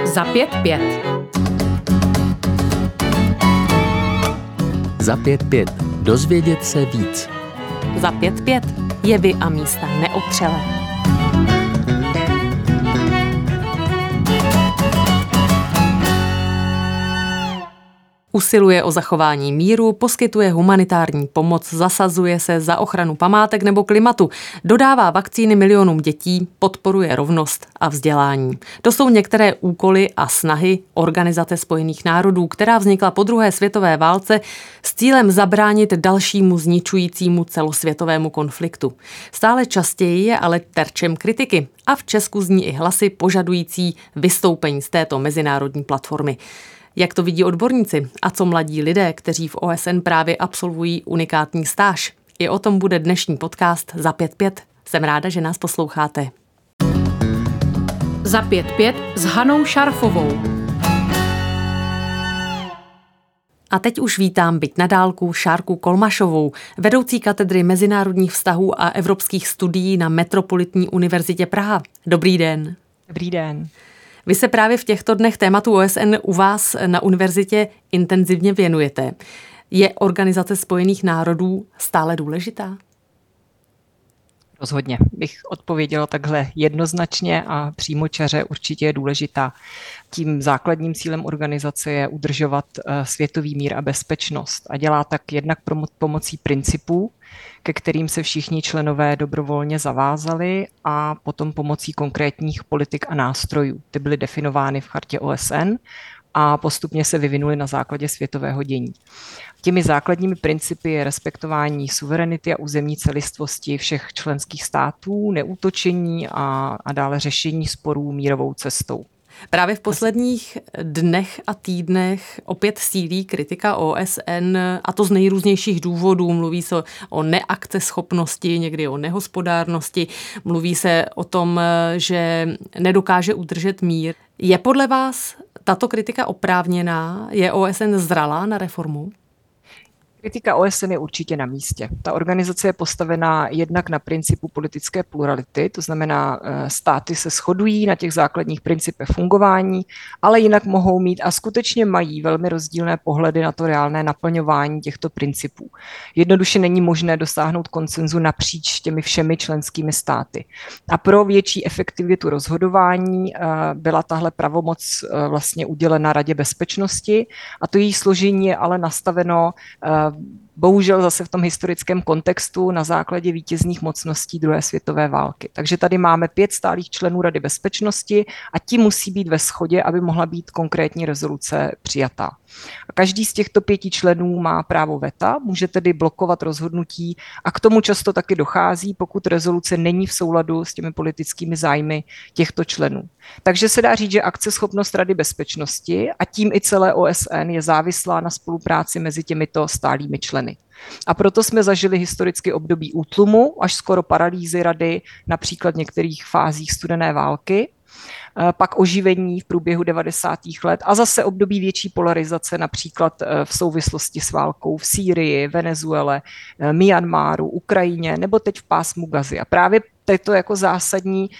Za 5-5. Za 5-5. Dozvědět se víc. Za 5-5. Jevy a místa neotřelé. Usiluje o zachování míru, poskytuje humanitární pomoc, zasazuje se za ochranu památek nebo klimatu, dodává vakcíny milionům dětí, podporuje rovnost a vzdělání. To jsou některé úkoly a snahy Organizace spojených národů, která vznikla po druhé světové válce s cílem zabránit dalšímu zničujícímu celosvětovému konfliktu. Stále častěji je ale terčem kritiky a v Česku zní i hlasy požadující vystoupení z této mezinárodní platformy. Jak to vidí odborníci a co mladí lidé, kteří v OSN právě absolvují unikátní stáž? I o tom bude dnešní podcast Za 5-5. Jsem ráda, že nás posloucháte. Za 5-5 s Hanou Šarfovou. A teď už vítám byť na dálku Šárku Kolmašovou, vedoucí katedry mezinárodních vztahů a evropských studií na Metropolitní univerzitě Praha. Dobrý den. Dobrý den. Vy se právě v těchto dnech tématu OSN u vás na univerzitě intenzivně věnujete. Je Organizace spojených národů stále důležitá? Rozhodně bych odpověděla takhle jednoznačně a přímočaře, určitě je důležitá. Tím základním cílem organizace je udržovat světový mír a bezpečnost a dělá tak jednak pomocí principů, ke kterým se všichni členové dobrovolně zavázali, a potom pomocí konkrétních politik a nástrojů. Ty byly definovány v chartě OSN a postupně se vyvinuly na základě světového dění. Těmi základními principy je respektování suverenity a územní celistvosti všech členských států, neútočení a dále řešení sporů mírovou cestou. Právě v posledních dnech a týdnech opět sílí kritika OSN, a to z nejrůznějších důvodů. Mluví se o neakceschopnosti, někdy o nehospodárnosti, mluví se o tom, že nedokáže udržet mír. Je podle vás tato kritika oprávněná? Je OSN zralá na reformu? Kritika OSN je určitě na místě. Ta organizace je postavená jednak na principu politické plurality, to znamená, státy se shodují na těch základních principech fungování, ale jinak mohou mít a skutečně mají velmi rozdílné pohledy na to reálné naplňování těchto principů. Jednoduše není možné dosáhnout konsenzu napříč těmi všemi členskými státy. A pro větší efektivitu rozhodování byla tahle pravomoc vlastně udělena Radě bezpečnosti, a to její složení je ale nastaveno bohužel zase v tom historickém kontextu na základě vítězných mocností druhé světové války. Takže tady máme 5 stálých členů Rady bezpečnosti a ti musí být ve shodě, aby mohla být konkrétní rezoluce přijatá. A každý z těchto 5 členů má právo veta, může tedy blokovat rozhodnutí a k tomu často taky dochází, pokud rezoluce není v souladu s těmi politickými zájmy těchto členů. Takže se dá říct, že akceschopnost Rady bezpečnosti a tím i celé OSN je závislá na spolupráci mezi těmito stálými členy. A proto jsme zažili historicky období útlumu až skoro paralýzy Rady, například v některých fázích studené války, pak oživení v průběhu 90. let a zase období větší polarizace, například v souvislosti s válkou v Sýrii, Venezuele, Myanmaru, Ukrajině nebo teď v pásmu Gazy. A právě tyto jako zásadní,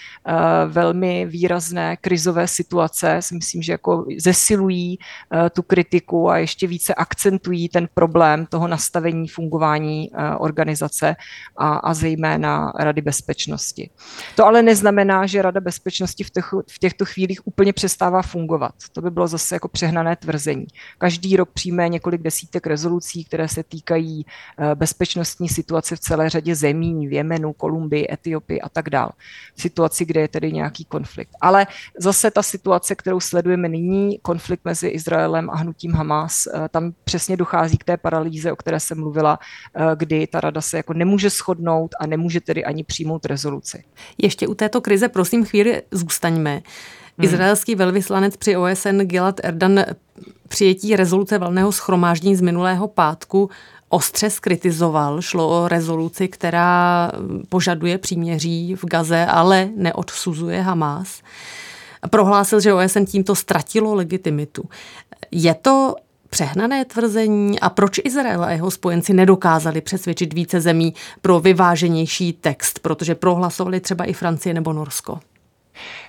velmi výrazné krizové situace si myslím, že jako zesilují tu kritiku a ještě více akcentují ten problém toho nastavení fungování organizace a zejména Rady bezpečnosti. To ale neznamená, že Rada bezpečnosti v těchto chvílích úplně přestává fungovat. To by bylo zase jako přehnané tvrzení. Každý rok přijme několik desítek rezolucí, které se týkají bezpečnostní situace v celé řadě zemí, v Jemenu, Kolumbii, Etiopii a tak dál. V situaci, kde je tedy nějaký konflikt. Ale zase ta situace, kterou sledujeme nyní, konflikt mezi Izraelem a hnutím Hamas, tam přesně dochází k té paralýze, o které jsem mluvila, kdy ta rada se jako nemůže shodnout a nemůže tedy ani přijmout rezoluci. Ještě u této krize prosím chvíli zůstaňme. Izraelský velvyslanec při OSN Gilad Erdan přijetí rezoluce Valného shromáždění z minulého pátku ostře zkritizoval. Šlo o rezoluci, která požaduje příměří v Gaze, ale neodsuzuje Hamas. Prohlásil, že OSN tímto ztratilo legitimitu. Je to přehnané tvrzení a proč Izrael a jeho spojenci nedokázali přesvědčit více zemí pro vyváženější text, protože prohlasovali třeba i Francie nebo Norsko?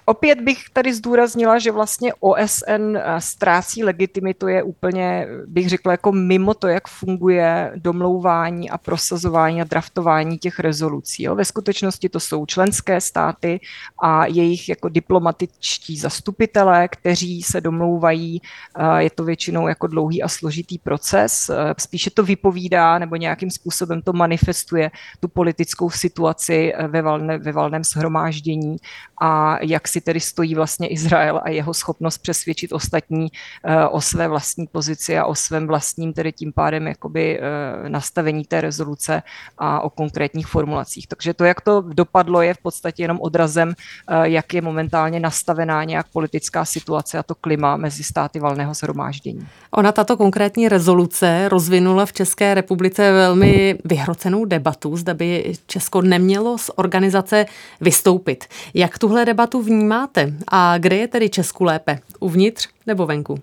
Opět bych tady zdůraznila, že vlastně OSN ztrácí legitimitu, je úplně, bych řekla, jako mimo to, jak funguje domlouvání a prosazování a draftování těch rezolucí. Jo. Ve skutečnosti to jsou členské státy a jejich jako diplomatičtí zastupitelé, kteří se domlouvají. Je to většinou jako dlouhý a složitý proces. Spíše to vypovídá nebo nějakým způsobem to manifestuje tu politickou situaci ve valném shromáždění a jak si tedy stojí vlastně Izrael a jeho schopnost přesvědčit ostatní o své vlastní pozici a o svém vlastním, tedy tím pádem jakoby nastavení té rezoluce a o konkrétních formulacích. Takže to, jak to dopadlo, je v podstatě jenom odrazem, jak je momentálně nastavená nějak politická situace a to klima mezi státy valného shromáždění. Ona tato konkrétní rezoluce rozvinula v České republice velmi vyhrocenou debatu, zda by Česko nemělo z organizace vystoupit. Jak tuhle debatu vnímáte a kde je tedy Česku lépe? Uvnitř nebo venku?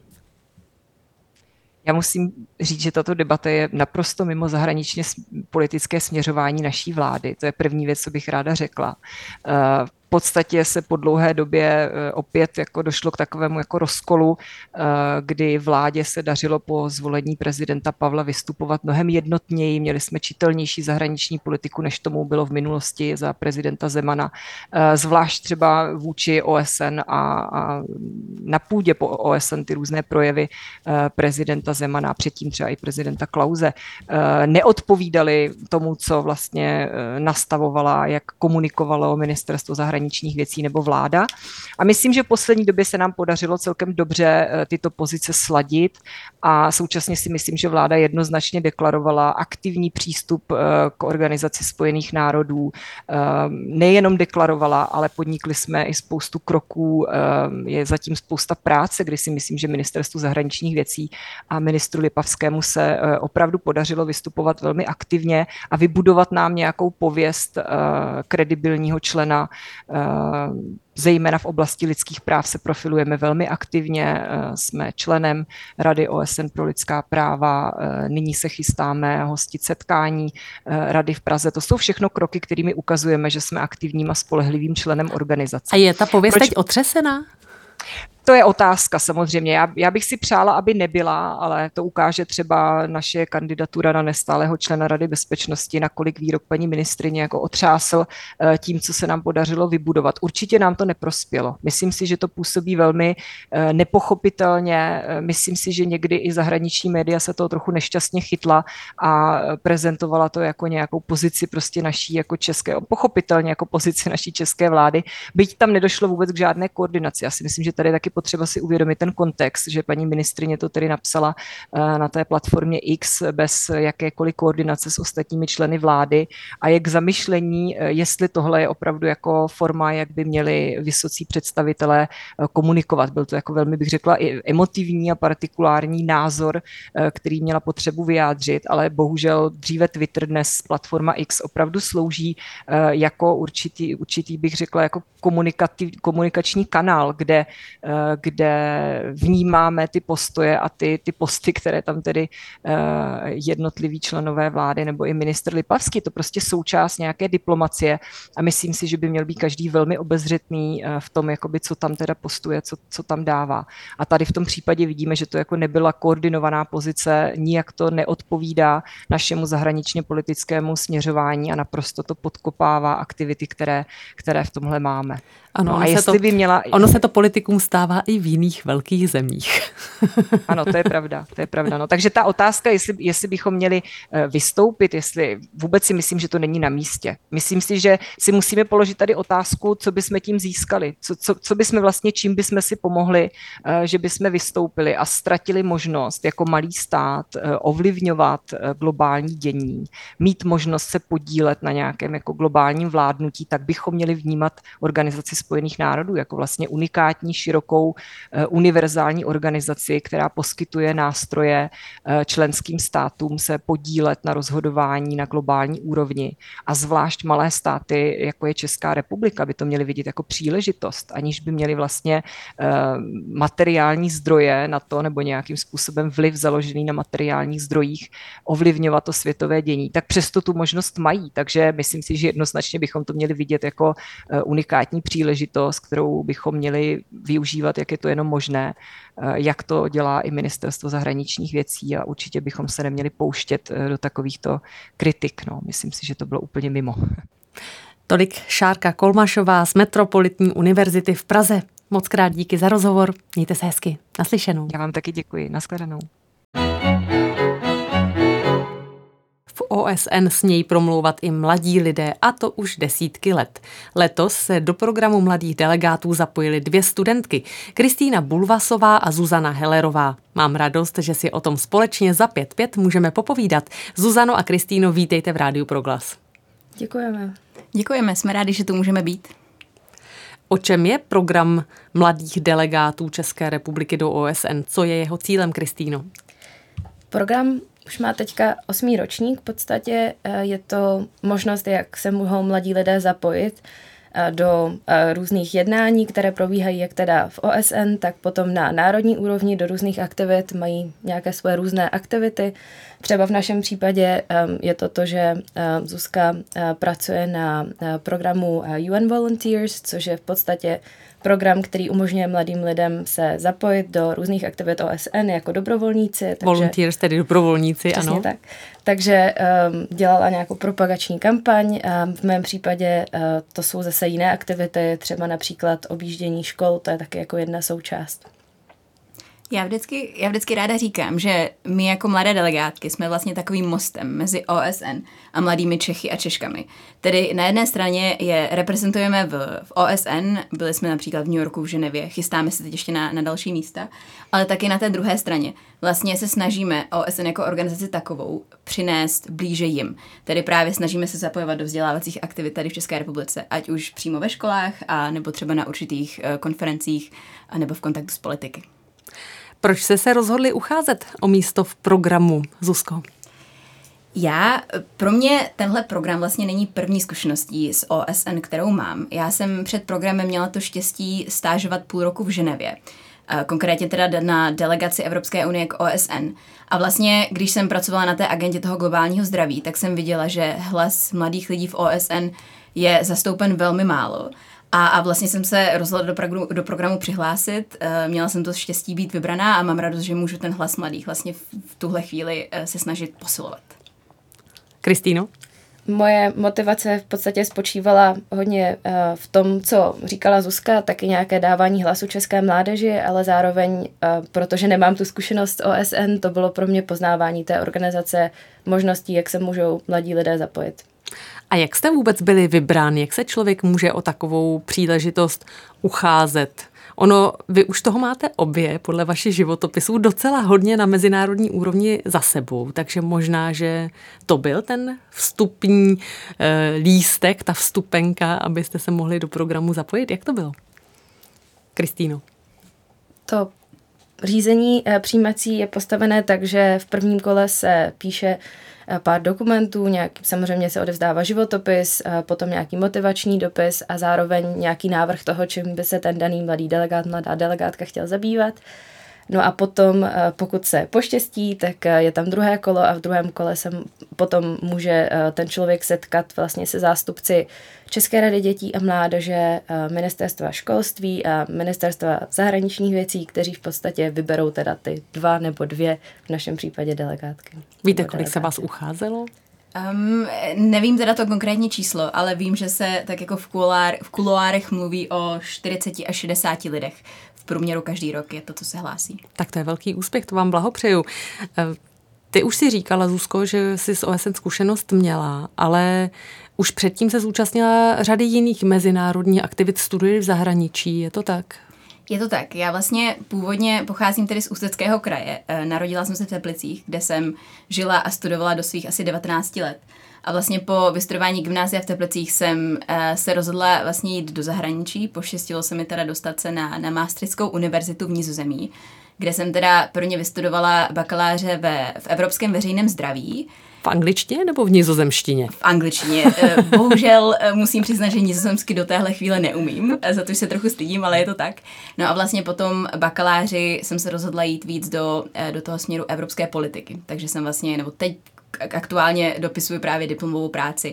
Já musím říct, že tato debata je naprosto mimo zahraničně politické směřování naší vlády. To je první věc, co bych ráda řekla. V podstatě se po dlouhé době opět jako došlo k takovému jako rozkolu, kdy vládě se dařilo po zvolení prezidenta Pavla vystupovat mnohem jednotněji. Měli jsme čitelnější zahraniční politiku, než tomu bylo v minulosti za prezidenta Zemana. Zvlášť třeba vůči OSN a na půdě po OSN ty různé projevy prezidenta Zemana, předtím třeba i prezidenta Klause, neodpovídali tomu, co vlastně nastavovala, jak komunikovalo ministerstvo zahraničních věcí nebo vláda. A myslím, že v poslední době se nám podařilo celkem dobře tyto pozice sladit a současně si myslím, že vláda jednoznačně deklarovala aktivní přístup k Organizaci spojených národů. Nejenom deklarovala, ale podnikli jsme i spoustu kroků. Je zatím spousta práce, kdy si myslím, že ministerstvu zahraničních věcí a ministru Lipavskému se opravdu podařilo vystupovat velmi aktivně a vybudovat nám nějakou pověst kredibilního člena. Zejména v oblasti lidských práv se profilujeme velmi aktivně, jsme členem Rady OSN pro lidská práva, nyní se chystáme hostit setkání Rady v Praze. To jsou všechno kroky, kterými ukazujeme, že jsme aktivním a spolehlivým členem organizace. A je ta pověst teď otřesená? To je otázka samozřejmě. Já bych si přála, aby nebyla, ale to ukáže třeba naše kandidatura na nestálého člena Rady bezpečnosti, nakolik výrok paní ministryně jako otřásl tím, co se nám podařilo vybudovat. Určitě nám to neprospělo. Myslím si, že to působí velmi nepochopitelně. Myslím si, že někdy i zahraniční média se toho trochu nešťastně chytla a prezentovala to jako nějakou pozici prostě naší jako české, pochopitelně jako pozici naší české vlády. Byť tam nedošlo vůbec k žádné koordinaci. Já si myslím, že tady je taky potřeba si uvědomit ten kontext, že paní ministryně to tedy napsala na té platformě X bez jakékoliv koordinace s ostatními členy vlády a je k zamyšlení, jestli tohle je opravdu jako forma, jak by měli vysocí představitelé komunikovat. Byl to jako velmi, bych řekla, i emotivní a partikulární názor, který měla potřebu vyjádřit, ale bohužel dříve Twitter, dnes platforma X opravdu slouží jako určitý bych řekla, jako komunikační kanál, kde vnímáme ty postoje a ty posty, které tam tedy jednotliví členové vlády nebo i ministr Lipavský, to prostě součást nějaké diplomacie a myslím si, že by měl být každý velmi obezřetný v tom, jakoby, co tam teda postuje, co tam dává. A tady v tom případě vidíme, že to jako nebyla koordinovaná pozice, nijak to neodpovídá našemu zahraničně politickému směřování a naprosto to podkopává aktivity, které v tomhle máme. Ano, ono se to politikům stává i v jiných velkých zemích. Ano, to je pravda. No, takže ta otázka, jestli bychom měli vystoupit, jestli vůbec si myslím, že to není na místě. Myslím si, že si musíme položit tady otázku, co bychom tím získali, co bychom vlastně, čím bychom si pomohli, že bychom vystoupili a ztratili možnost jako malý stát ovlivňovat globální dění, mít možnost se podílet na nějakém jako globálním vládnutí, tak bychom měli vnímat Organizaci spojených národů jako vlastně unikátní, širokou nějakou univerzální organizaci, která poskytuje nástroje členským státům se podílet na rozhodování na globální úrovni. A zvlášť malé státy, jako je Česká republika, by to měly vidět jako příležitost, aniž by měly vlastně materiální zdroje na to, nebo nějakým způsobem vliv založený na materiálních zdrojích ovlivňovat to světové dění, tak přesto tu možnost mají. Takže myslím si, že jednoznačně bychom to měli vidět jako unikátní příležitost, kterou bychom měli využívat, jak je to jenom možné, jak to dělá i Ministerstvo zahraničních věcí, a určitě bychom se neměli pouštět do takovýchto kritik. No, myslím si, že to bylo úplně mimo. Tolik Šárka Kolmašová z Metropolitní univerzity v Praze. Moc krát díky za rozhovor. Mějte se hezky. Naslyšenou. Já vám taky děkuji. Nashledanou. V OSN smějí promlouvat i mladí lidé, a to už desítky let. Letos se do programu mladých delegátů zapojily 2 studentky, Kristýna Bulvasová a Zuzana Hellerová. Mám radost, že si o tom společně za 5:5 můžeme popovídat. Zuzano a Kristýno, vítejte v Rádiu Proglas. Děkujeme. Děkujeme, jsme rádi, že tu můžeme být. O čem je program mladých delegátů České republiky do OSN? Co je jeho cílem, Kristýno? Program už má teďka 8. ročník. V podstatě je to možnost, jak se mohou mladí lidé zapojit do různých jednání, které probíhají jak teda v OSN, tak potom na národní úrovni do různých aktivit, mají nějaké svoje různé aktivity. Třeba v našem případě je to, že Zuzka pracuje na programu UN Volunteers, což je v podstatě program, který umožňuje mladým lidem se zapojit do různých aktivit OSN jako dobrovolníci. Takže, Volunteers, tedy dobrovolníci, přesně ano. Tak. Takže dělala nějakou propagační kampaň. V mém případě to jsou zase jiné aktivity, třeba například objíždění škol, to je taky jako jedna součást. Já vždycky ráda říkám, že my jako mladé delegátky jsme vlastně takovým mostem mezi OSN a mladými Čechy a Češkami. Tedy na jedné straně je reprezentujeme v OSN, byli jsme například v New Yorku, v Ženevě, chystáme se teď ještě na další místa, ale taky na té druhé straně. Vlastně se snažíme OSN jako organizaci takovou přinést blíže jim. Tedy právě snažíme se zapojovat do vzdělávacích aktivit tady v České republice, ať už přímo ve školách, a nebo třeba na určitých konferencích, a nebo v kontaktu s politiky. Proč jste se rozhodli ucházet o místo v programu, Zuzko? Pro mě tenhle program vlastně není první zkušeností s OSN, kterou mám. Já jsem před programem měla to štěstí stážovat půl roku v Ženevě. Konkrétně teda na delegaci Evropské unie k OSN. A vlastně, když jsem pracovala na té agendě toho globálního zdraví, tak jsem viděla, že hlas mladých lidí v OSN je zastoupen velmi málo. A vlastně jsem se rozhodla do programu přihlásit, měla jsem to štěstí být vybraná a mám radost, že můžu ten hlas mladých vlastně v tuhle chvíli se snažit posilovat. Kristýno? Moje motivace v podstatě spočívala hodně v tom, co říkala Zuzka, taky nějaké dávání hlasu české mládeži, ale zároveň, protože nemám tu zkušenost OSN, to bylo pro mě poznávání té organizace, možností, jak se můžou mladí lidé zapojit. A jak jste vůbec byli vybráni? Jak se člověk může o takovou příležitost ucházet? Vy už toho máte obě, podle vašich životopisů, docela hodně na mezinárodní úrovni za sebou, takže možná, že to byl ten vstupní lístek, ta vstupenka, abyste se mohli do programu zapojit. Jak to bylo? Kristýno. To řízení přijímací je postavené tak, že v prvním kole se píše pár dokumentů, samozřejmě se odevzdává životopis, potom nějaký motivační dopis a zároveň nějaký návrh toho, čím by se ten daný mladý delegát, mladá delegátka chtěl zabývat. No a potom, pokud se poštěstí, tak je tam druhé kolo a v druhém kole se potom může ten člověk setkat vlastně se zástupci České rady dětí a mládeže, Ministerstva školství a Ministerstva zahraničních věcí, kteří v podstatě vyberou teda ty 2 nebo 2, v našem případě delegátky. Víte, kolik se vás ucházelo? Nevím teda to konkrétní číslo, ale vím, že se tak jako v kuloárech mluví o 40 až 60 lidech. V průměru každý rok je to, co se hlásí. Tak to je velký úspěch, to vám blahopřeju. Ty už si říkala, Zuzko, že jsi z OSN zkušenost měla, ale už předtím se zúčastnila řady jiných mezinárodních aktivit, studuješ v zahraničí, je to tak? Je to tak. Já vlastně původně pocházím tedy z Ústeckého kraje. Narodila jsem se v Teplicích, kde jsem žila a studovala do svých asi 19 let. A vlastně po vystudování gymnázia v Teplicích jsem se rozhodla vlastně jít do zahraničí. Poštěstilo se mi teda dostat se na Maastrichtskou univerzitu v Nizozemí, kde jsem teda prvně vystudovala bakaláře v evropském veřejném zdraví. V angličtině nebo v nizozemštině? V angličtině. Bohužel musím přiznat, že nizozemsky do téhle chvíle neumím, za to se trochu stydím, ale je to tak. No a vlastně potom bakaláři jsem se rozhodla jít víc do toho směru evropské politiky. Takže jsem vlastně, nebo teď aktuálně dopisuji právě diplomovou práci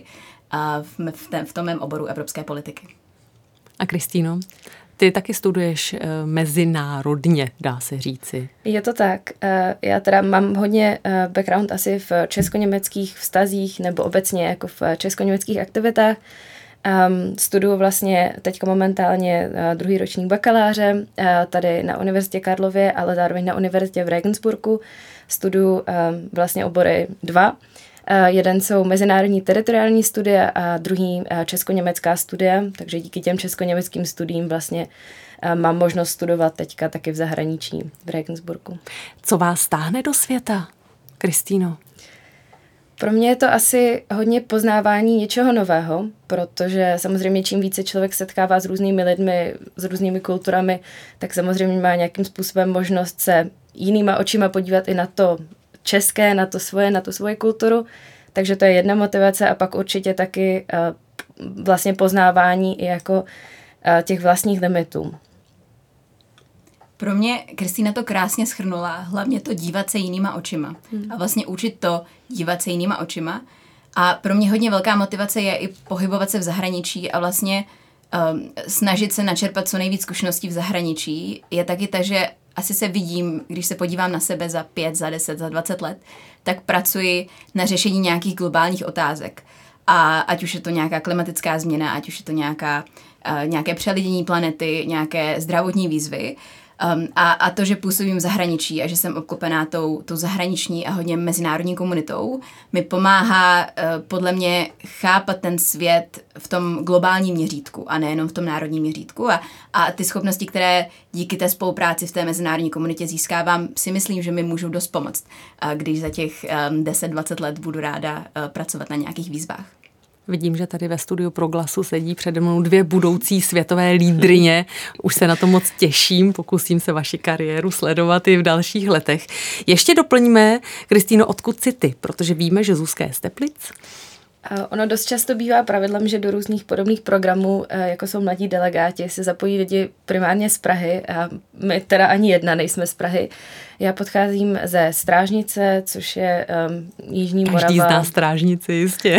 v tom mém oboru evropské politiky. A Kristýno? Ty taky studuješ mezinárodně, dá se říci. Je to tak. Já teda mám hodně background asi v česko-německých vztazích nebo obecně jako v česko-německých aktivitách. Studuju vlastně teďka momentálně druhý ročník bakaláře tady na Univerzitě Karlově, ale zároveň na Univerzitě v Regensburgu. Studuju vlastně obory 2. Jeden jsou mezinárodní teritoriální studia a druhý česko-německá studia, takže díky těm česko-německým studiím vlastně mám možnost studovat teďka taky v zahraničí, v Regensburgu. Co vás táhne do světa, Kristýno? Pro mě je to asi hodně poznávání něčeho nového, protože samozřejmě čím více člověk setkává s různými lidmi, s různými kulturami, tak samozřejmě má nějakým způsobem možnost se jinýma očima podívat i na to české, na tu svoji kulturu, takže to je jedna motivace a pak určitě taky vlastně poznávání i jako těch vlastních limitů. Pro mě Kristýna to krásně shrnula, hlavně to dívat se jinýma očima a vlastně učit to dívat se jinýma očima a pro mě hodně velká motivace je i pohybovat se v zahraničí a vlastně snažit se načerpat co nejvíc zkušeností v zahraničí je taky ta, že asi se vidím, když se podívám na sebe za 5, za 10, za 20 let, tak pracuji na řešení nějakých globálních otázek. A ať už je to nějaká klimatická změna, ať už je to nějaké přelidění planety, nějaké zdravotní výzvy. A to, že působím v zahraničí a že jsem obklopená tou zahraniční a hodně mezinárodní komunitou, mi pomáhá podle mě chápat ten svět v tom globálním měřítku a nejenom v tom národním měřítku. A ty schopnosti, které díky té spolupráci v té mezinárodní komunitě získávám, si myslím, že mi můžou dost pomoct, když za těch 10-20 let budu ráda pracovat na nějakých výzvách. Vidím, že tady ve studiu Proglasu sedí přede mnou 2 budoucí světové lídryně. Už se na to moc těším, pokusím se vaši kariéru sledovat i v dalších letech. Ještě doplňme, Kristýno, odkud jsi ty, protože víme, že Zuzka je z Teplic. Ono dost často bývá pravidlem, že do různých podobných programů, jako jsou Mladí delegáti, se zapojí lidi primárně z Prahy a my teda ani jedna nejsme z Prahy. Já podcházím ze Strážnice, což je Jižní Morava. Každý zná Strážnici, jistě.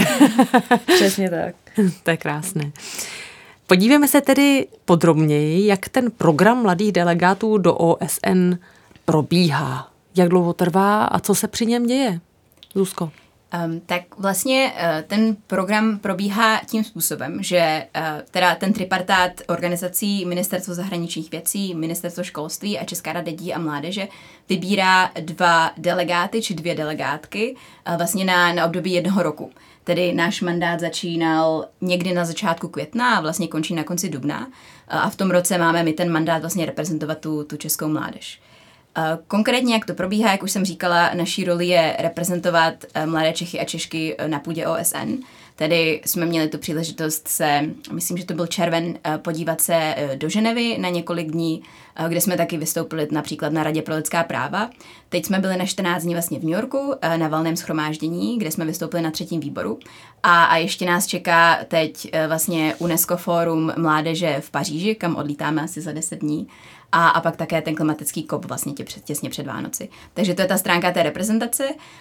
Přesně tak. To je krásné. Podívejme se tedy podrobněji, jak ten program mladých delegátů do OSN probíhá. Jak dlouho trvá a co se při něm děje? Zuzko. Tak vlastně ten program probíhá tím způsobem, že teda ten tripartát organizací Ministerstvo zahraničních věcí, Ministerstvo školství a Česká rada dětí a mládeže vybírá 2 delegáty či 2 delegátky vlastně na období 1 roku. Tedy náš mandát začínal někdy na začátku května a vlastně končí na konci dubna a v tom roce máme my ten mandát vlastně reprezentovat tu českou mládež. Konkrétně, jak to probíhá, jak už jsem říkala, naší roli je reprezentovat mladé Čechy a Češky na půdě OSN. Tedy jsme měli tu příležitost myslím, že to byl červen, podívat se do Ženevy na několik dní, kde jsme taky vystoupili například na Radě pro lidská práva. Teď jsme byli na 14 dní vlastně v New Yorku na valném shromáždění, kde jsme vystoupili na 3. výboru. A ještě nás čeká teď vlastně UNESCO Fórum mládeže v Paříži, kam odlítáme asi za 10 dní. A pak také ten klimatický COP vlastně těsně před Vánoci. Takže to je ta stránka té reprezentace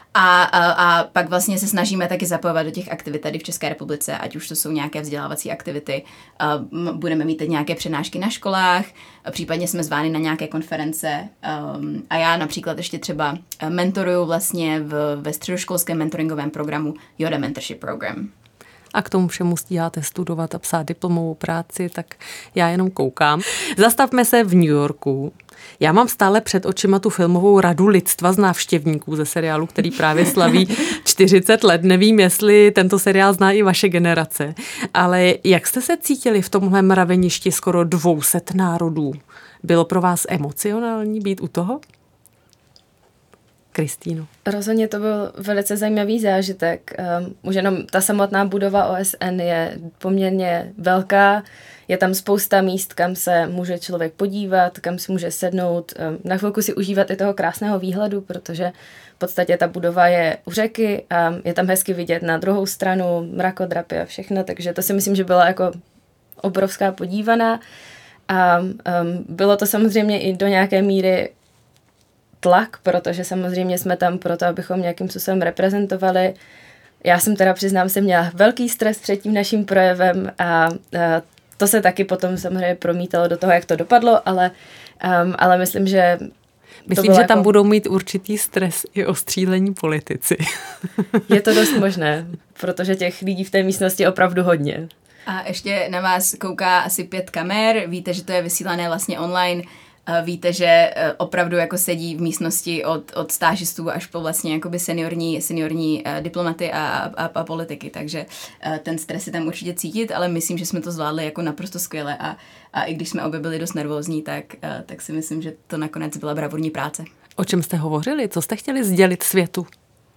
a pak vlastně se snažíme taky zapojovat do těch aktivit tady v České republice, ať už to jsou nějaké vzdělávací aktivity, budeme mít teď nějaké přednášky na školách, případně jsme zváni na nějaké konference a já například ještě třeba mentoruju vlastně ve středoškolském mentoringovém programu Yoda Mentorship Program. A k tomu všemu stíháte studovat a psát diplomovou práci, tak já jenom koukám. Zastavme se v New Yorku. Já mám stále před očima tu filmovou Radu lidstva z návštěvníků ze seriálu, který právě slaví 40 let. Nevím, jestli tento seriál zná i vaše generace. Ale jak jste se cítili v tomhle mraveništi skoro 200 národů? Bylo pro vás emocionální být u toho? Kristýno. Rozhodně to byl velice zajímavý zážitek. Už jenom ta samotná budova OSN je poměrně velká. Je tam spousta míst, kam se může člověk podívat, kam si může sednout, na chvilku si užívat i toho krásného výhledu, protože v podstatě ta budova je u řeky a je tam hezky vidět na druhou stranu mrakodrapy a všechno, takže to si myslím, že byla jako obrovská podívaná. A bylo to samozřejmě i do nějaké míry tlak, protože samozřejmě jsme tam proto, abychom nějakým způsobem reprezentovali. Já jsem teda, přiznám se, měla velký stres před tím naším projevem a to se taky potom samozřejmě promítalo do toho, jak to dopadlo, ale myslím, že Myslím, že tam budou mít určitý stres i ostřílení politici. Je to dost možné, protože těch lidí v té místnosti je opravdu hodně. A ještě na vás kouká asi 5 kamer, víte, že to je vysílané vlastně online, víte, že opravdu jako sedí v místnosti od stážistů až po vlastně jakoby seniorní diplomaty a politiky, takže ten stres je tam určitě cítit, ale myslím, že jsme to zvládli jako naprosto skvěle a i když jsme obě byli dost nervózní, tak si myslím, že to nakonec byla bravurní práce. O čem jste hovořili? Co jste chtěli sdělit světu?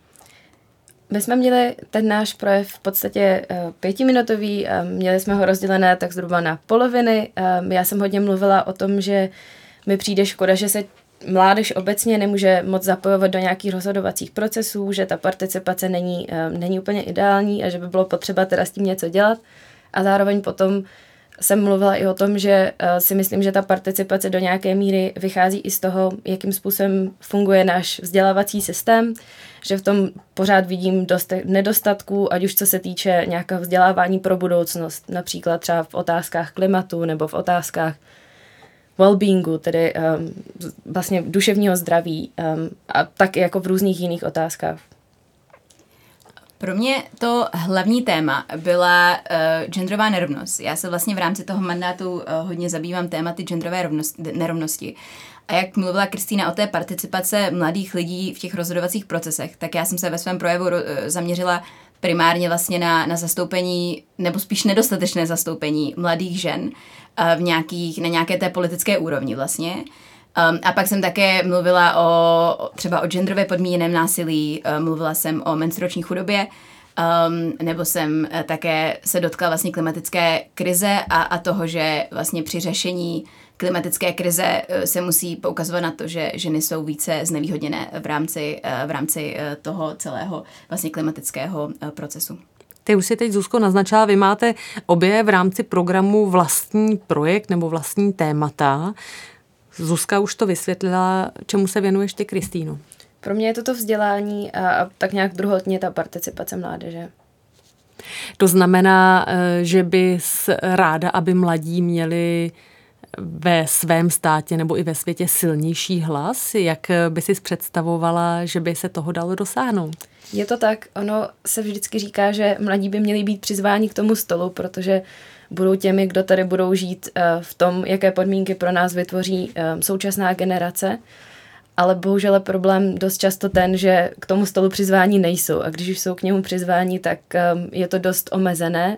My jsme měli ten náš projev v podstatě 5minutový, měli jsme ho rozdělené tak zhruba na poloviny. Já jsem hodně mluvila o tom, že mi přijde škoda, že se mládež obecně nemůže moc zapojovat do nějakých rozhodovacích procesů, že ta participace není úplně ideální a že by bylo potřeba teda s tím něco dělat. A zároveň potom jsem mluvila i o tom, že si myslím, že ta participace do nějaké míry vychází i z toho, jakým způsobem funguje náš vzdělávací systém, že v tom pořád vidím dost nedostatků, ať už co se týče nějakého vzdělávání pro budoucnost, například třeba v otázkách klimatu nebo v otázkách well-beingu, tedy vlastně duševního zdraví a tak i jako v různých jiných otázkách. Pro mě to hlavní téma byla genderová nerovnost. Já se vlastně v rámci toho mandátu hodně zabývám tématy genderové nerovnosti. A jak mluvila Kristýna o té participace mladých lidí v těch rozhodovacích procesech, tak já jsem se ve svém projevu zaměřila primárně vlastně na zastoupení, nebo spíš nedostatečné zastoupení mladých žen na nějaké té politické úrovni vlastně. A pak jsem také mluvila třeba o genderově podmíněném násilí, mluvila jsem o menstruační chudobě, nebo jsem také se dotkla vlastně klimatické krize a toho, že vlastně při řešení klimatické krize se musí poukazovat na to, že ženy jsou více znevýhodněné v rámci toho celého vlastně klimatického procesu. Ty už si teď, Zuzko, naznačila, vy máte obě v rámci programu vlastní projekt nebo vlastní témata. Zuzka už to vysvětlila, čemu se věnuješ ty, Kristýno? Pro mě je toto vzdělání a tak nějak druhotně ta participace mládeže. To znamená, že bys ráda, aby mladí měli ve svém státě nebo i ve světě silnější hlas? Jak by si představovala, že by se toho dalo dosáhnout? Je to tak, ono se vždycky říká, že mladí by měli být přizváni k tomu stolu, protože budou těmi, kdo tady budou žít v tom, jaké podmínky pro nás vytvoří současná generace. Ale bohužel je problém dost často ten, že k tomu stolu přizvání nejsou. A když už jsou k němu přizvání, tak je to dost omezené.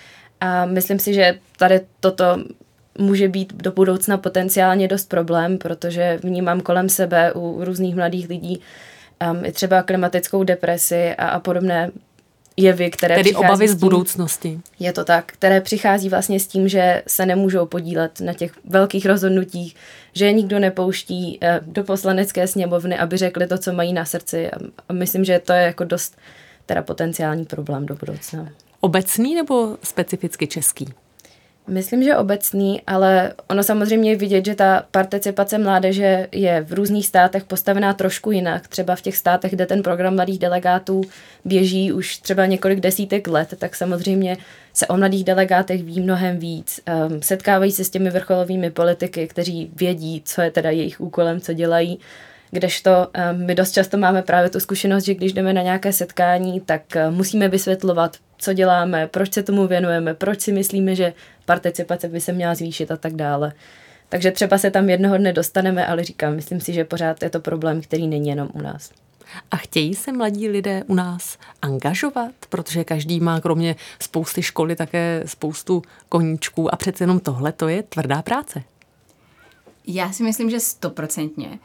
A myslím si, že tady toto může být do budoucna potenciálně dost problém, protože vnímám kolem sebe u různých mladých lidí i třeba klimatickou depresi a podobné jevy, které tedy přichází obavy z z budoucnosti. Je to tak, které přichází vlastně s tím, že se nemůžou podílet na těch velkých rozhodnutích, že je nikdo nepouští do poslanecké sněmovny, aby řekli to, co mají na srdci. A myslím, že to je jako dost teda potenciální problém do budoucna. Obecný nebo specificky český? Myslím, že obecný, ale ono samozřejmě je vidět, že ta participace mládeže je v různých státech postavená trošku jinak. Třeba v těch státech, kde ten program mladých delegátů běží už třeba několik desítek let, tak samozřejmě se o mladých delegátech ví mnohem víc. Setkávají se s těmi vrcholovými politiky, kteří vědí, co je teda jejich úkolem, co dělají. Kdežto my dost často máme právě tu zkušenost, že když jdeme na nějaké setkání, tak musíme vysvětlovat, co děláme, proč se tomu věnujeme, proč si myslíme, že participace by se měla zvýšit a tak dále. Takže třeba se tam jednoho dne dostaneme, ale říkám, myslím si, že pořád je to problém, který není jenom u nás. A chtějí se mladí lidé u nás angažovat? Protože každý má kromě spousty školy také spoustu koníčků a přece jenom tohle to je tvrdá práce. Já si myslím, že 100%.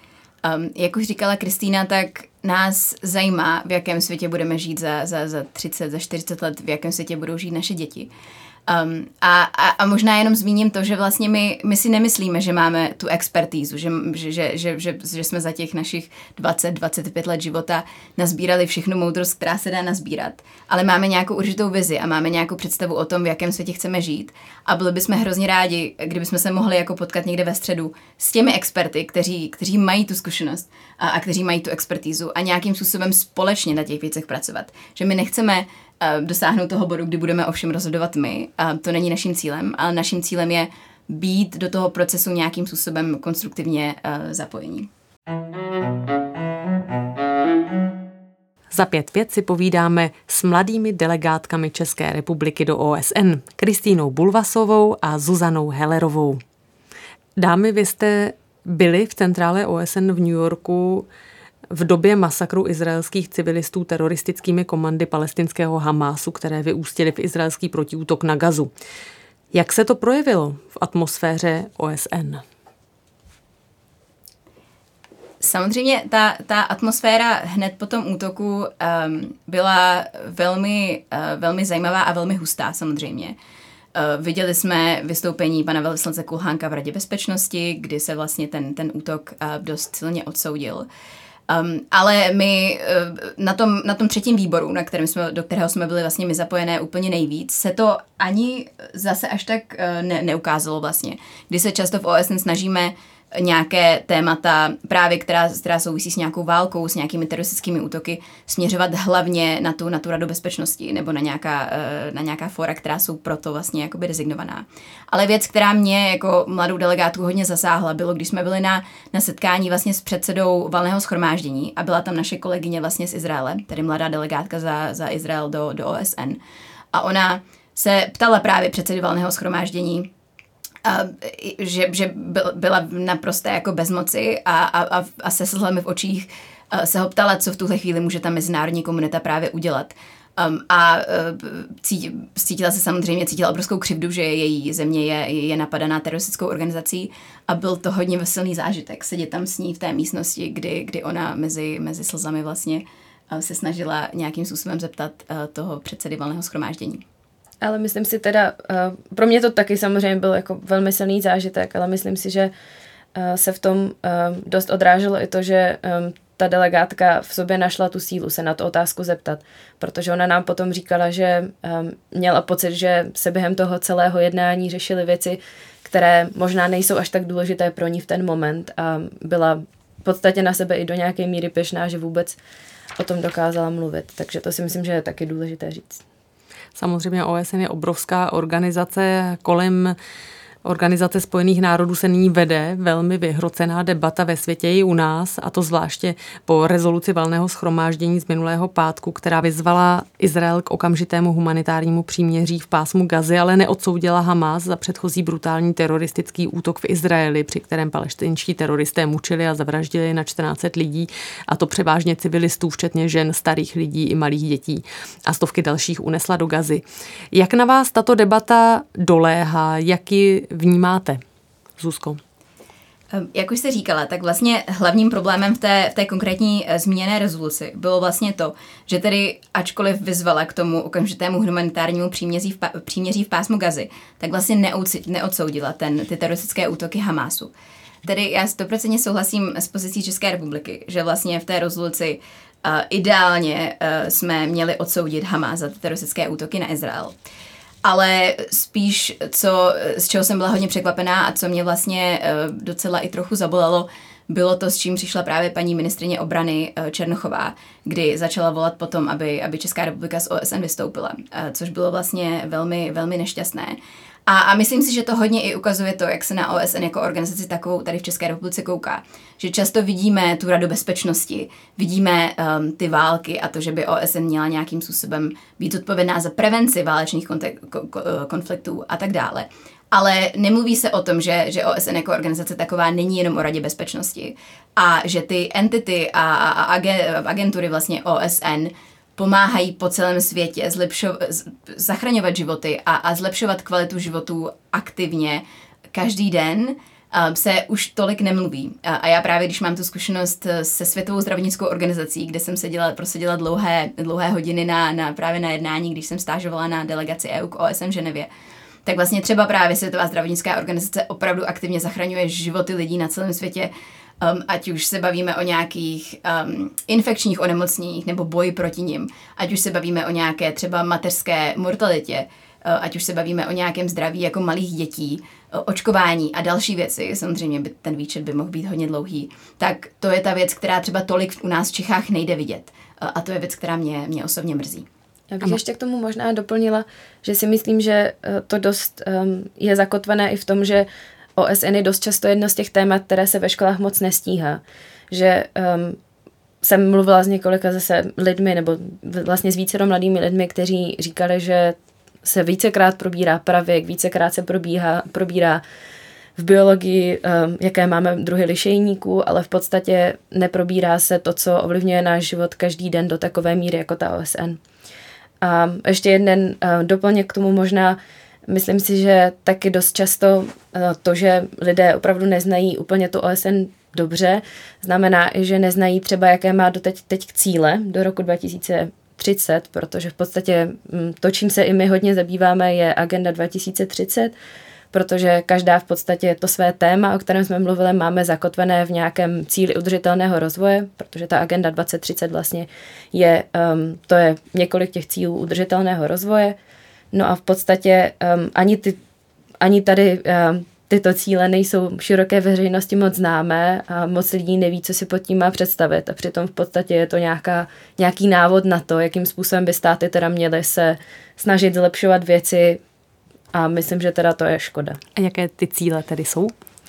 Jak už říkala Kristýna, tak nás zajímá, v jakém světě budeme žít za 30, za 40 let, v jakém světě budou žít naše děti. A možná jenom zmíním to, že vlastně my si nemyslíme, že máme tu expertízu, že jsme za těch našich 20-25 let života nazbírali všechnu moudrost, která se dá nazbírat, ale máme nějakou určitou vizi a máme nějakou představu o tom, v jakém světě chceme žít. A byli bychom hrozně rádi, kdybychom se mohli jako potkat někde ve středu s těmi experty, kteří mají tu zkušenost a kteří mají tu expertízu a nějakým způsobem společně na těch věcech pracovat. Že my nechceme dosáhnout toho bodu, kdy budeme o všem rozhodovat my. To není naším cílem, ale naším cílem je být do toho procesu nějakým způsobem konstruktivně zapojení. Za 5 vět si povídáme s mladými delegátkami České republiky do OSN, Kristýnou Bulvasovou a Zuzanou Hellerovou. Dámy, vy jste byli v centrále OSN v New Yorku v době masakru izraelských civilistů teroristickými komandy palestinského Hamásu, které vyústily v izraelský protiútok na Gazu. Jak se to projevilo v atmosféře OSN? Samozřejmě ta atmosféra hned po tom útoku byla velmi zajímavá a velmi hustá samozřejmě. Viděli jsme vystoupení pana velvyslance Kulhánka v Radě bezpečnosti, kdy se vlastně ten útok dost silně odsoudil. Ale my na tom třetím výboru, do kterého jsme byli vlastně my zapojené úplně nejvíc, se to ani zase až tak neukázalo vlastně. Kdy se často v OSN snažíme nějaké témata, právě která souvisí s nějakou válkou, s nějakými teroristickými útoky, směřovat hlavně na tu Radu bezpečnosti nebo na nějaká fóra, která jsou proto vlastně jakoby rezignovaná. Ale věc, která mě jako mladou delegátku hodně zasáhla, bylo, když jsme byli na setkání vlastně s předsedou Valného shromáždění a byla tam naše kolegyně vlastně z Izraele, tedy mladá delegátka za Izrael do OSN. A ona se ptala právě předsedy Valného shromáždění, že byla naprosto jako bezmoci a se slzami v očích se ho ptala, co v tuhle chvíli může ta mezinárodní komunita právě udělat. Cítila obrovskou křivdu, že její země je napadaná teroristickou organizací a byl to hodně silný zážitek sedět tam s ní v té místnosti, kdy ona mezi slzami vlastně se snažila nějakým způsobem zeptat toho předsedy Valného shromáždění. Ale myslím si teda, pro mě to taky samozřejmě byl jako velmi silný zážitek, ale myslím si, že se v tom dost odráželo i to, že ta delegátka v sobě našla tu sílu se na tu otázku zeptat, protože ona nám potom říkala, že měla pocit, že se během toho celého jednání řešily věci, které možná nejsou až tak důležité pro ní v ten moment a byla v podstatě na sebe i do nějaké míry pyšná, že vůbec o tom dokázala mluvit. Takže to si myslím, že je taky důležité říct. Samozřejmě OSN je obrovská organizace. Kolem Organizace spojených národů se nyní vede velmi vyhrocená debata ve světě i u nás, a to zvláště po rezoluci Valného shromáždění z minulého pátku, která vyzvala Izrael k okamžitému humanitárnímu příměří v pásmu Gazy, ale neodsoudila Hamás za předchozí brutální teroristický útok v Izraeli, při kterém palestinští teroristé mučili a zavraždili na 1400 lidí, a to převážně civilistů, včetně žen, starých lidí i malých dětí, a stovky dalších unesla do Gazy. Jak na vás tato debata doléhá? Jak ji vnímáte, Zuzko? Jak už jste říkala, tak vlastně hlavním problémem v té konkrétní zmíněné rezoluci bylo vlastně to, že tedy ačkoliv vyzvala k tomu okamžitému humanitárnímu příměří v pásmu Gazy, tak vlastně neodsoudila ty teroristické útoky Hamásu. Tedy já 100% souhlasím s pozicí České republiky, že vlastně v té rezoluci ideálně jsme měli odsoudit Hamás za teroristické útoky na Izrael. Ale spíš, z čeho jsem byla hodně překvapená a co mě vlastně docela i trochu zabolelo, bylo to, s čím přišla právě paní ministryně obrany Černochová, kdy začala volat potom, aby Česká republika z OSN vystoupila, což bylo vlastně velmi, velmi nešťastné. A myslím si, že to hodně i ukazuje to, jak se na OSN jako organizaci takovou tady v České republice kouká. Že často vidíme tu Radu bezpečnosti, vidíme ty války a to, že by OSN měla nějakým způsobem být odpovědná za prevenci válečných konfliktů a tak dále. Ale nemluví se o tom, že OSN jako organizace taková není jenom o Radě bezpečnosti a že ty entity a agentury vlastně OSN pomáhají po celém světě zachraňovat životy a zlepšovat kvalitu životů aktivně každý den se už tolik nemluví. A já právě, když mám tu zkušenost se Světovou zdravotnickou organizací, kde jsem proseděla dlouhé hodiny právě na jednání, když jsem stážovala na delegaci EU k OSN v Ženevě, tak vlastně třeba právě Světová zdravotnická organizace opravdu aktivně zachraňuje životy lidí na celém světě, ať už se bavíme o nějakých infekčních onemocněních nebo boji proti nim, ať už se bavíme o nějaké třeba mateřské mortalitě, ať už se bavíme o nějakém zdraví jako malých dětí, očkování a další věci, samozřejmě ten výčet by mohl být hodně dlouhý, tak to je ta věc, která třeba tolik u nás v Čechách nejde vidět. A to je věc, která mě osobně mrzí. Já bych ještě k tomu možná doplnila, že si myslím, že to dost je zakotvené i v tom, že OSN je dost často jedno z těch témat, které se ve školách moc nestíhá. Že jsem mluvila s několika zase lidmi, nebo vlastně s vícero mladými lidmi, kteří říkali, že se vícekrát probírá pravěk, vícekrát se probírá v biologii, jaké máme druhy lišejníků, ale v podstatě neprobírá se to, co ovlivňuje náš život každý den do takové míry, jako ta OSN. A ještě jeden doplněk k tomu možná, myslím si, že taky dost často to, že lidé opravdu neznají úplně tu OSN dobře, znamená i, že neznají třeba, jaké má teď cíle do roku 2030, protože v podstatě to, čím se i my hodně zabýváme, je Agenda 2030, protože každá v podstatě to své téma, o kterém jsme mluvili, máme zakotvené v nějakém cíli udržitelného rozvoje, protože ta Agenda 2030 vlastně to je několik těch cílů udržitelného rozvoje. No a v podstatě ani tady tyto cíle nejsou široké veřejnosti moc známé a moc lidí neví, co si pod tím má představit. A přitom v podstatě je to nějaký návod na to, jakým způsobem by státy teda měly se snažit zlepšovat věci. A myslím, že teda to je škoda. A jaké ty cíle tedy jsou?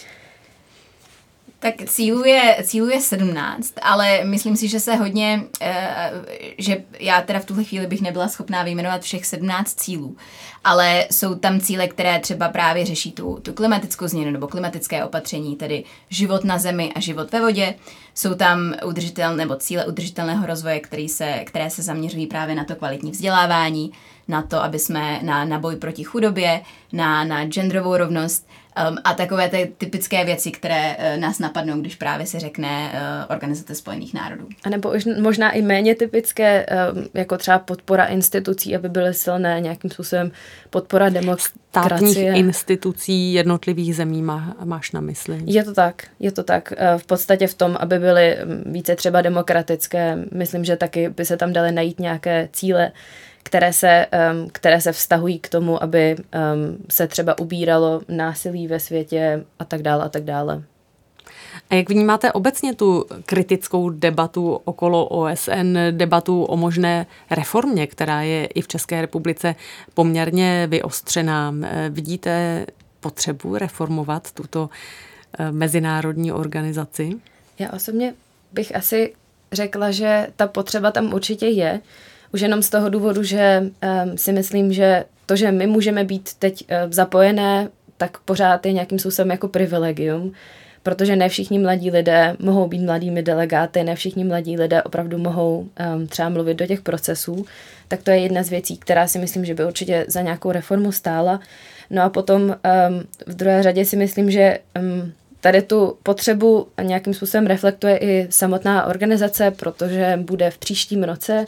Tak cílů je 17, ale myslím si, že se hodně, že já teda v tuhle chvíli bych nebyla schopná vyjmenovat všech 17 cílů, ale jsou tam cíle, které třeba právě řeší tu klimatickou změnu nebo klimatické opatření, tedy život na zemi a život ve vodě. Jsou tam cíle udržitelného rozvoje, které se zaměřují právě na to kvalitní vzdělávání, na to, aby jsme na boj proti chudobě, na genderovou rovnost a takové ty typické věci, které nás napadnou, když právě se řekne Organizace spojených národů. A nebo možná i méně typické, jako třeba podpora institucí, aby byly silné, nějakým způsobem podpora demokracie. Státních institucí jednotlivých zemí máš na mysli. Je to tak. V podstatě v tom, aby byly více třeba demokratické, myslím, že taky by se tam daly najít nějaké cíle, které se vztahují k tomu, aby se třeba ubíralo násilí ve světě a tak dále a tak dále. A jak vnímáte obecně tu kritickou debatu okolo OSN, debatu o možné reformě, která je i v České republice poměrně vyostřená? Vidíte potřebu reformovat tuto mezinárodní organizaci? Já osobně bych asi řekla, že ta potřeba tam určitě je. Už jenom z toho důvodu, že si myslím, že to, že my můžeme být teď zapojené, tak pořád je nějakým způsobem jako privilegium, protože ne všichni mladí lidé mohou být mladými delegáty, ne všichni mladí lidé opravdu mohou třeba mluvit do těch procesů, tak to je jedna z věcí, která si myslím, že by určitě za nějakou reformu stála. No a potom v druhé řadě si myslím, že tady tu potřebu nějakým způsobem reflektuje i samotná organizace, protože bude v příštím roce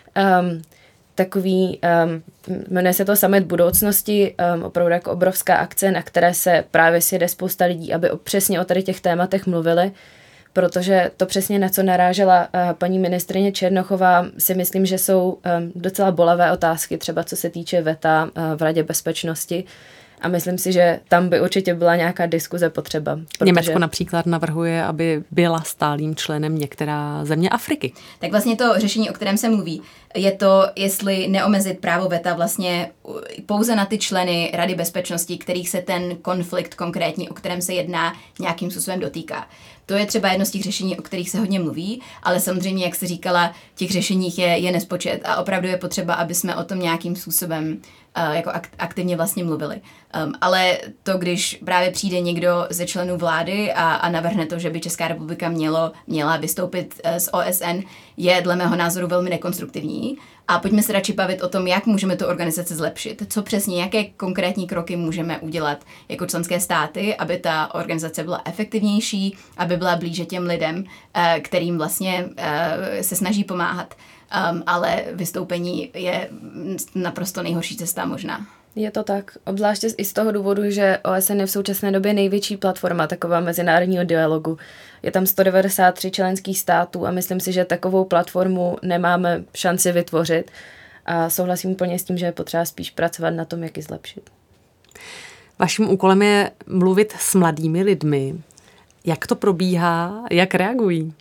jmenuje se to Summit budoucnosti, opravdu jako obrovská akce, na které se právě sjede spousta lidí, aby přesně o tady těch tématech mluvili, protože to přesně, na co narážela paní ministryně Černochová, si myslím, že jsou docela bolavé otázky, třeba co se týče veta v Radě bezpečnosti. A myslím si, že tam by určitě byla nějaká diskuze potřeba. Německo například navrhuje, aby byla stálým členem některá země Afriky. Tak vlastně to řešení, o kterém se mluví, je to, jestli neomezit právo veta vlastně pouze na ty členy Rady bezpečnosti, kterých se ten konflikt konkrétní, o kterém se jedná, nějakým způsobem dotýká. To je třeba jedno z těch řešení, o kterých se hodně mluví, ale samozřejmě, jak jsi říkala, těch řešeních je nespočet a opravdu je potřeba, aby jsme o tom nějakým způsobem jako aktivně vlastně mluvili. Ale to, když právě přijde někdo ze členů vlády a navrhne to, že by Česká republika měla vystoupit z OSN, je dle mého názoru velmi nekonstruktivní. A pojďme se radši bavit o tom, jak můžeme tu organizaci zlepšit. Co přesně, jaké konkrétní kroky můžeme udělat jako členské státy, aby ta organizace byla efektivnější, aby byla blíže těm lidem, kterým vlastně se snaží pomáhat. Ale vystoupení je naprosto nejhorší cesta možná. Je to tak, obzvláště i z toho důvodu, že OSN je v současné době největší platforma taková mezinárodního dialogu. Je tam 193 členských států a myslím si, že takovou platformu nemáme šanci vytvořit a souhlasím plně s tím, že je potřeba spíš pracovat na tom, jak ji zlepšit. Vaším úkolem je mluvit s mladými lidmi. Jak to probíhá, jak reagují?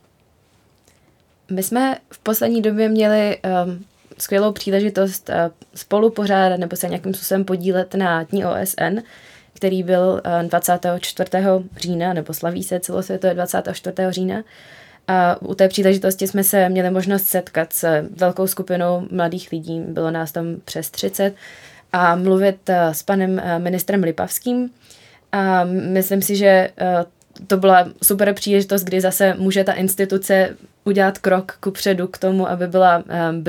My jsme v poslední době měli skvělou příležitost spolu pořádat nebo se nějakým způsobem podílet na Dní OSN, který byl 24. října, nebo slaví se celosvětově 24. října. A u té příležitosti jsme se měli možnost setkat s velkou skupinou mladých lidí, bylo nás tam přes 30, a mluvit s panem ministrem Lipavským. A myslím si, že to byla super příležitost, kdy zase může ta instituce udělat krok kupředu k tomu, aby byla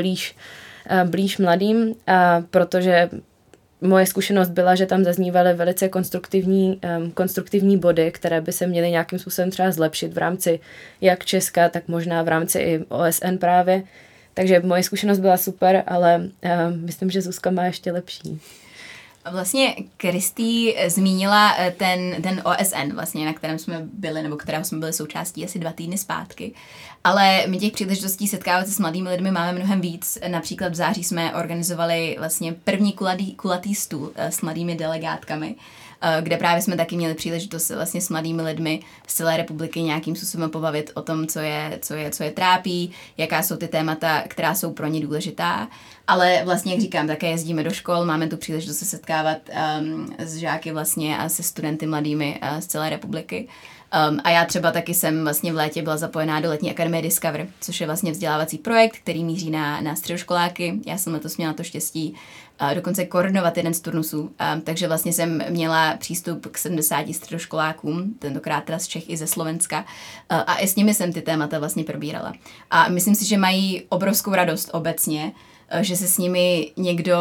blíž mladým, protože moje zkušenost byla, že tam zaznívaly velice konstruktivní body, které by se měly nějakým způsobem třeba zlepšit v rámci jak Česka, tak možná v rámci i OSN právě. Takže moje zkušenost byla super, ale myslím, že Zuzka má ještě lepší. Vlastně Kristý zmínila ten OSN, vlastně, na kterém jsme byli, nebo kterého jsme byli součástí asi 2 týdny zpátky. Ale my těch příležitostí setkávat se s mladými lidmi máme mnohem víc. Například v září jsme organizovali vlastně první kulatý stůl s mladými delegátkami, kde právě jsme taky měli příležitost vlastně s mladými lidmi z celé republiky nějakým způsobem pobavit o tom, co je trápí, jaká jsou ty témata, která jsou pro ně důležitá. Ale vlastně, jak říkám, také jezdíme do škol, máme tu příležitost se setkávat s žáky vlastně a se studenty mladými z celé republiky. A já třeba taky jsem vlastně v létě byla zapojená do letní akademie Discover, což je vlastně vzdělávací projekt, který míří na středoškoláky. Já jsem letos měla to štěstí dokonce koordinovat jeden z turnusů, takže vlastně jsem měla přístup k 70 středoškolákům, tentokrát teda z Čech i ze Slovenska, a i s nimi jsem ty témata vlastně probírala. A myslím si, že mají obrovskou radost obecně, že se s nimi někdo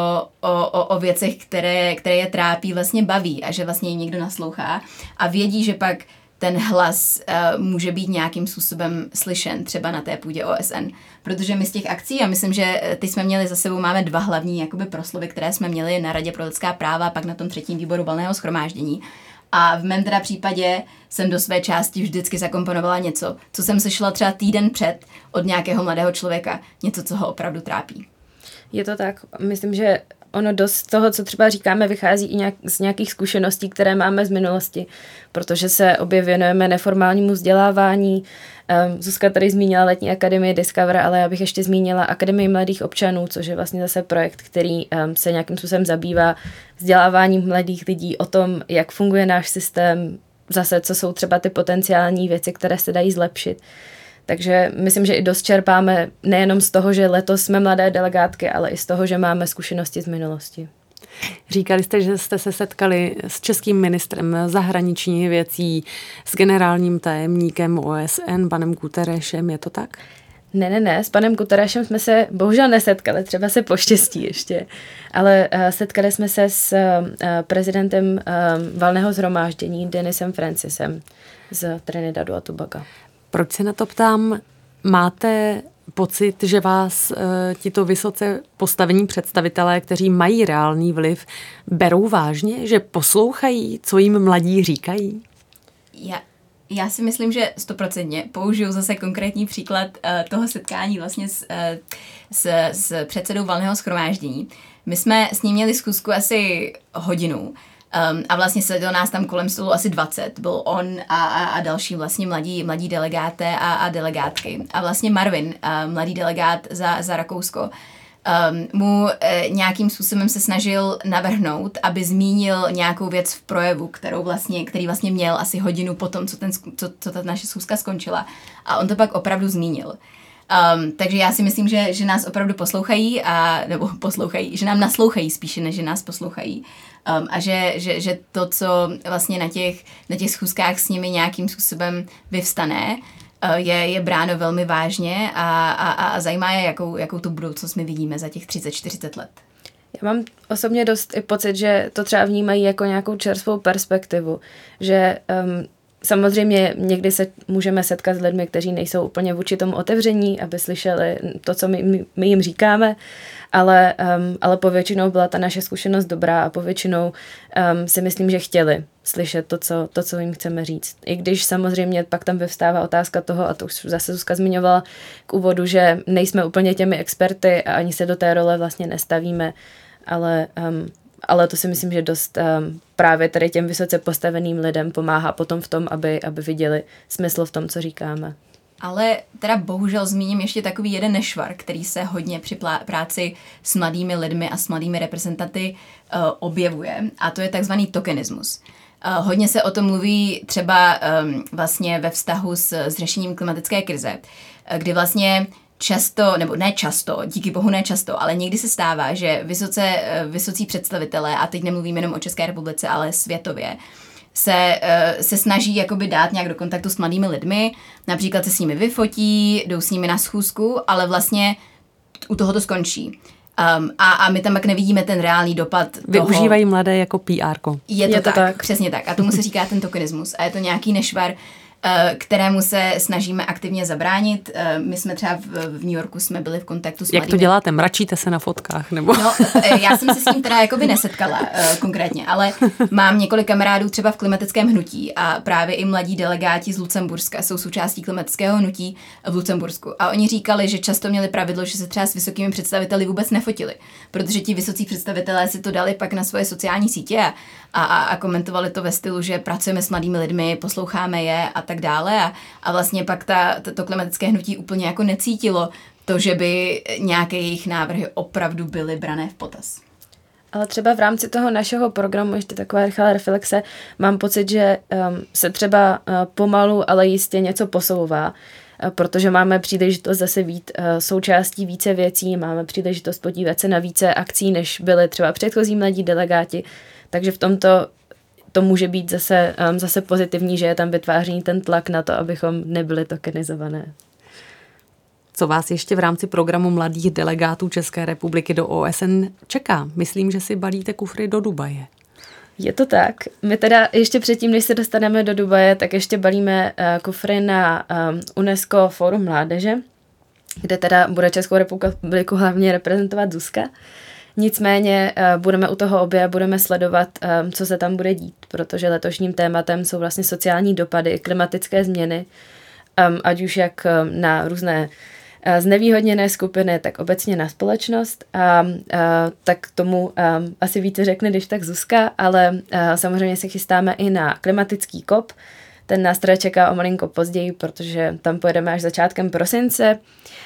o věcech, které je trápí, vlastně baví a že vlastně jim někdo naslouchá a vědí, že pak ten hlas může být nějakým způsobem slyšen třeba na té půdě OSN. Protože my z těch akcí, a myslím, že teď jsme měli za sebou, máme 2 hlavní jakoby proslovy, které jsme měli na Radě pro lidská práva a pak na tom 3. výboru valného shromáždění. A v mém teda případě jsem do své části vždycky zakomponovala něco, co jsem slyšela třeba týden před od nějakého mladého člověka. Něco, co ho opravdu trápí. Je to tak. Myslím, že ono dost toho, co třeba říkáme, vychází i z nějakých zkušeností, které máme z minulosti, protože se obě věnujeme neformálnímu vzdělávání. Zuzka tady zmínila letní akademii Discover, ale já bych ještě zmínila Akademii mladých občanů, což je vlastně zase projekt, který se nějakým způsobem zabývá vzděláváním mladých lidí o tom, jak funguje náš systém, zase co jsou třeba ty potenciální věci, které se dají zlepšit. Takže myslím, že i dost čerpáme nejenom z toho, že letos jsme mladé delegátky, ale i z toho, že máme zkušenosti z minulosti. Říkali jste, že jste se setkali s českým ministrem zahraničních věcí, s generálním tajemníkem OSN, panem Guterresem, je to tak? Ne, s panem Guterresem jsme se bohužel nesetkali, třeba se poštěstí ještě, ale setkali jsme se s prezidentem valného shromáždění Denisem Francisem z Trinidadu a Tobaga. Proč se na to ptám? Máte pocit, že vás tito vysoce postavení představitelé, kteří mají reálný vliv, berou vážně, že poslouchají, co jim mladí říkají? Já si myslím, že 100%. Použiju zase konkrétní příklad toho setkání vlastně s předsedou valného shromáždění. My jsme s ním měli schůzku asi hodinu. A vlastně sedělo nás tam kolem stolu asi 20. Byl on a další vlastně mladí delegáté a delegátky. A vlastně Marvin, mladý delegát za Rakousko, mu nějakým způsobem se snažil navrhnout, aby zmínil nějakou věc v projevu, který vlastně měl asi hodinu potom, co ta naše schůzka skončila. A on to pak opravdu zmínil. Takže já si myslím, že nás opravdu poslouchají, že nám naslouchají spíše, než že nás poslouchají. A že to, co vlastně na těch schůzkách s nimi nějakým způsobem vyvstane, je bráno velmi vážně a zajímá je, jakou tu budoucnost my vidíme za těch 30-40 let. Já mám osobně dost i pocit, že to třeba vnímají jako nějakou čerstvou perspektivu, že samozřejmě někdy se můžeme setkat s lidmi, kteří nejsou úplně vůči tomu otevření, aby slyšeli to, co my jim říkáme, ale povětšinou byla ta naše zkušenost dobrá a povětšinou si myslím, že chtěli slyšet to, co jim chceme říct. I když samozřejmě pak tam vyvstává otázka toho, a to už zase Zuzka zmiňovala k úvodu, že nejsme úplně těmi experty a ani se do té role vlastně nestavíme, ale to si myslím, že dost právě tady těm vysoce postaveným lidem pomáhá potom v tom, aby viděli smysl v tom, co říkáme. Ale teda bohužel zmíním ještě takový jeden nešvar, který se hodně při práci s mladými lidmi a s mladými reprezentanty objevuje, a to je takzvaný tokenismus. Hodně se o tom mluví třeba vlastně ve vztahu s řešením klimatické krize, kdy vlastně často, nebo ne často, díky bohu ne často, ale někdy se stává, že vysocí představitelé, a teď nemluvím jenom o České republice, ale světově, se snaží jakoby dát nějak do kontaktu s mladými lidmi, například se s nimi vyfotí, jdou s nimi na schůzku, ale vlastně u toho to skončí. A my tam pak nevidíme ten reálný dopad toho. Využívají mladé jako PR-ko. Je to tak, přesně tak. A tomu se říká ten tokenismus. A je to nějaký nešvar, kterému se snažíme aktivně zabránit. My jsme třeba v New Yorku jsme byli v kontaktu s mladými. Jak to děláte? Mračíte se na fotkách? Nebo? No, já jsem se s tím teda jakoby nesetkala konkrétně, ale mám několik kamarádů třeba v klimatickém hnutí a právě i mladí delegáti z Lucemburska jsou součástí klimatického hnutí v Lucembursku. A oni říkali, že často měli pravidlo, že se třeba s vysokými představiteli vůbec nefotili, protože ti vysocí představitelé si to dali pak na svoje sociální sítě a komentovali to ve stylu, že pracujeme s mladými lidmi, posloucháme je a tak dále. A vlastně pak to klimatické hnutí úplně jako necítilo to, že by nějaké jejich návrhy opravdu byly brané v potaz. Ale třeba v rámci toho našeho programu, ještě taková rychlá reflexe, mám pocit, že se třeba pomalu, ale jistě něco posouvá, protože máme příležitost zase být součástí více věcí, máme příležitost podívat se na více akcí, než byly třeba předchozí mladí delegáti, takže v tomto to může být zase pozitivní, že je tam vytváří ten tlak na to, abychom nebyli tokenizované. Co vás ještě v rámci programu mladých delegátů České republiky do OSN čeká? Myslím, že si balíte kufry do Dubaje. Je to tak. My teda ještě předtím, než se dostaneme do Dubaje, tak ještě balíme kufry na UNESCO Fórum mládeže, kde teda bude Českou republiku hlavně reprezentovat Zuzka. Nicméně budeme u toho obě, budeme sledovat, co se tam bude dít, protože letošním tématem jsou vlastně sociální dopady, klimatické změny, ať už jak na různé znevýhodněné skupiny, tak obecně na společnost. Tak tomu asi více řekne, když tak Zuzka, ale samozřejmě se chystáme i na klimatický COP. Ten nás teda čeká o malinko později, protože tam pojedeme až začátkem prosince,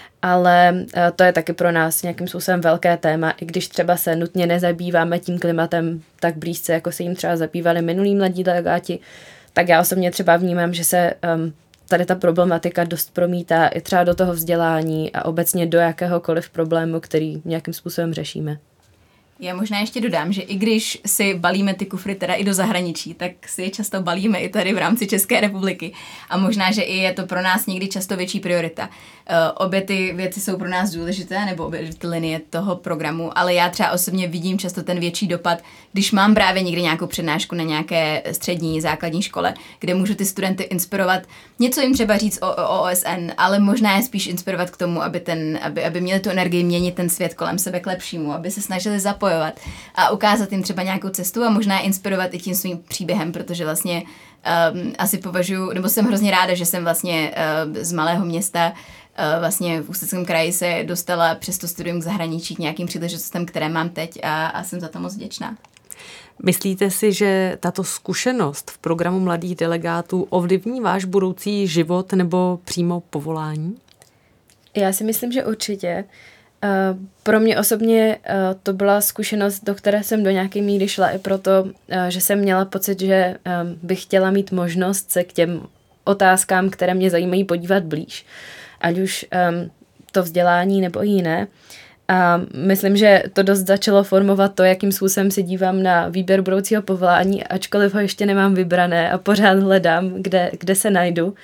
ale to je taky pro nás nějakým způsobem velké téma, i když třeba se nutně nezabýváme tím klimatem tak blízce, jako se jim třeba zabývali minulí mladí delegáti, tak já osobně třeba vnímám, že se tady ta problematika dost promítá i třeba do toho vzdělání a obecně do jakéhokoliv problému, který nějakým způsobem řešíme. Já možná ještě dodám, že i když si balíme ty kufry teda i do zahraničí, tak si je často balíme i tady v rámci České republiky. A možná, že i je to pro nás někdy často větší priorita. Obě ty věci jsou pro nás důležité, nebo obě ty linie toho programu, ale já třeba osobně vidím často ten větší dopad, když mám právě někdy nějakou přednášku na nějaké střední, základní škole, kde můžu ty studenty inspirovat, něco jim třeba říct o OSN, ale možná je spíš inspirovat k tomu, aby měli tu energii měnit ten svět kolem sebe k lepšímu, aby se snažili zapojovat a ukázat jim třeba nějakou cestu a možná inspirovat i tím svým příběhem, protože vlastně asi považuji, nebo jsem hrozně ráda, že jsem vlastně z malého města vlastně v Ústeckém kraji se dostala přes to studium k zahraničí k nějakým příležitostem, které mám teď a jsem za to moc vděčná. Myslíte si, že tato zkušenost v programu mladých delegátů ovlivní váš budoucí život nebo přímo povolání? Já si myslím, že určitě. Pro mě osobně to byla zkušenost, do které jsem do nějaké míry šla i proto, že jsem měla pocit, že bych chtěla mít možnost se k těm otázkám, které mě zajímají, podívat blíž. Ať už to vzdělání nebo jiné. A myslím, že to dost začalo formovat to, jakým způsobem se dívám na výběr budoucího povolání, ačkoliv ho ještě nemám vybrané a pořád hledám, kde se najdu,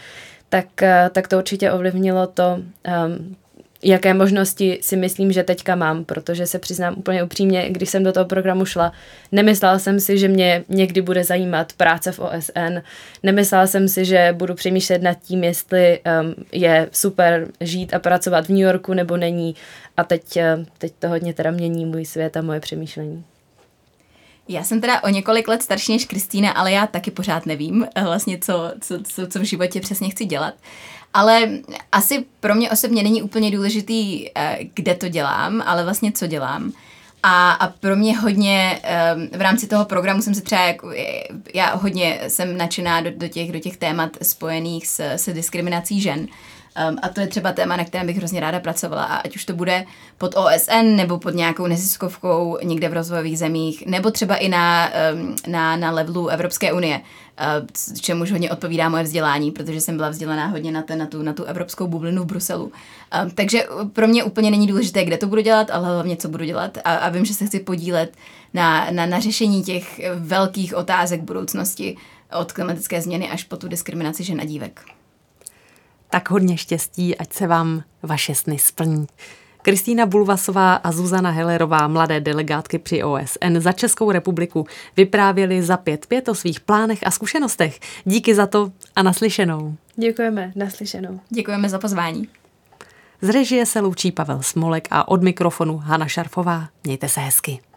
tak to určitě ovlivnilo to, jaké možnosti si myslím, že teďka mám, protože se přiznám úplně upřímně, když jsem do toho programu šla, nemyslela jsem si, že mě někdy bude zajímat práce v OSN, nemyslela jsem si, že budu přemýšlet nad tím, jestli je super žít a pracovat v New Yorku nebo není, a teď to hodně teda mění můj svět a moje přemýšlení. Já jsem teda o několik let starší než Kristýna, ale já taky pořád nevím vlastně, co v životě přesně chci dělat. Ale asi pro mě osobně není úplně důležitý, kde to dělám, ale vlastně co dělám. A pro mě hodně, v rámci toho programu jsem se třeba, já hodně jsem nadšená do těch témat spojených s diskriminací žen. A to je třeba téma, na kterém bych hrozně ráda pracovala. A ať už to bude pod OSN nebo pod nějakou neziskovkou někde v rozvojových zemích, nebo třeba i na levelu Evropské unie, čemuž hodně odpovídá moje vzdělání, protože jsem byla vzdělaná hodně na tu evropskou bublinu v Bruselu. Takže pro mě úplně není důležité, kde to budu dělat, ale hlavně, co budu dělat. A vím, že se chci podílet na řešení těch velkých otázek budoucnosti, od klimatické změny až po tu diskriminaci žen a dívek. Tak hodně štěstí, ať se vám vaše sny splní. Kristýna Bulvasová a Zuzana Hellerová, mladé delegátky při OSN za Českou republiku, vyprávěly za 5 o svých plánech a zkušenostech. Díky za to a naslyšenou. Děkujeme, naslyšenou. Děkujeme za pozvání. Z režie se loučí Pavel Smolek a od mikrofonu Hana Šarfová. Mějte se hezky.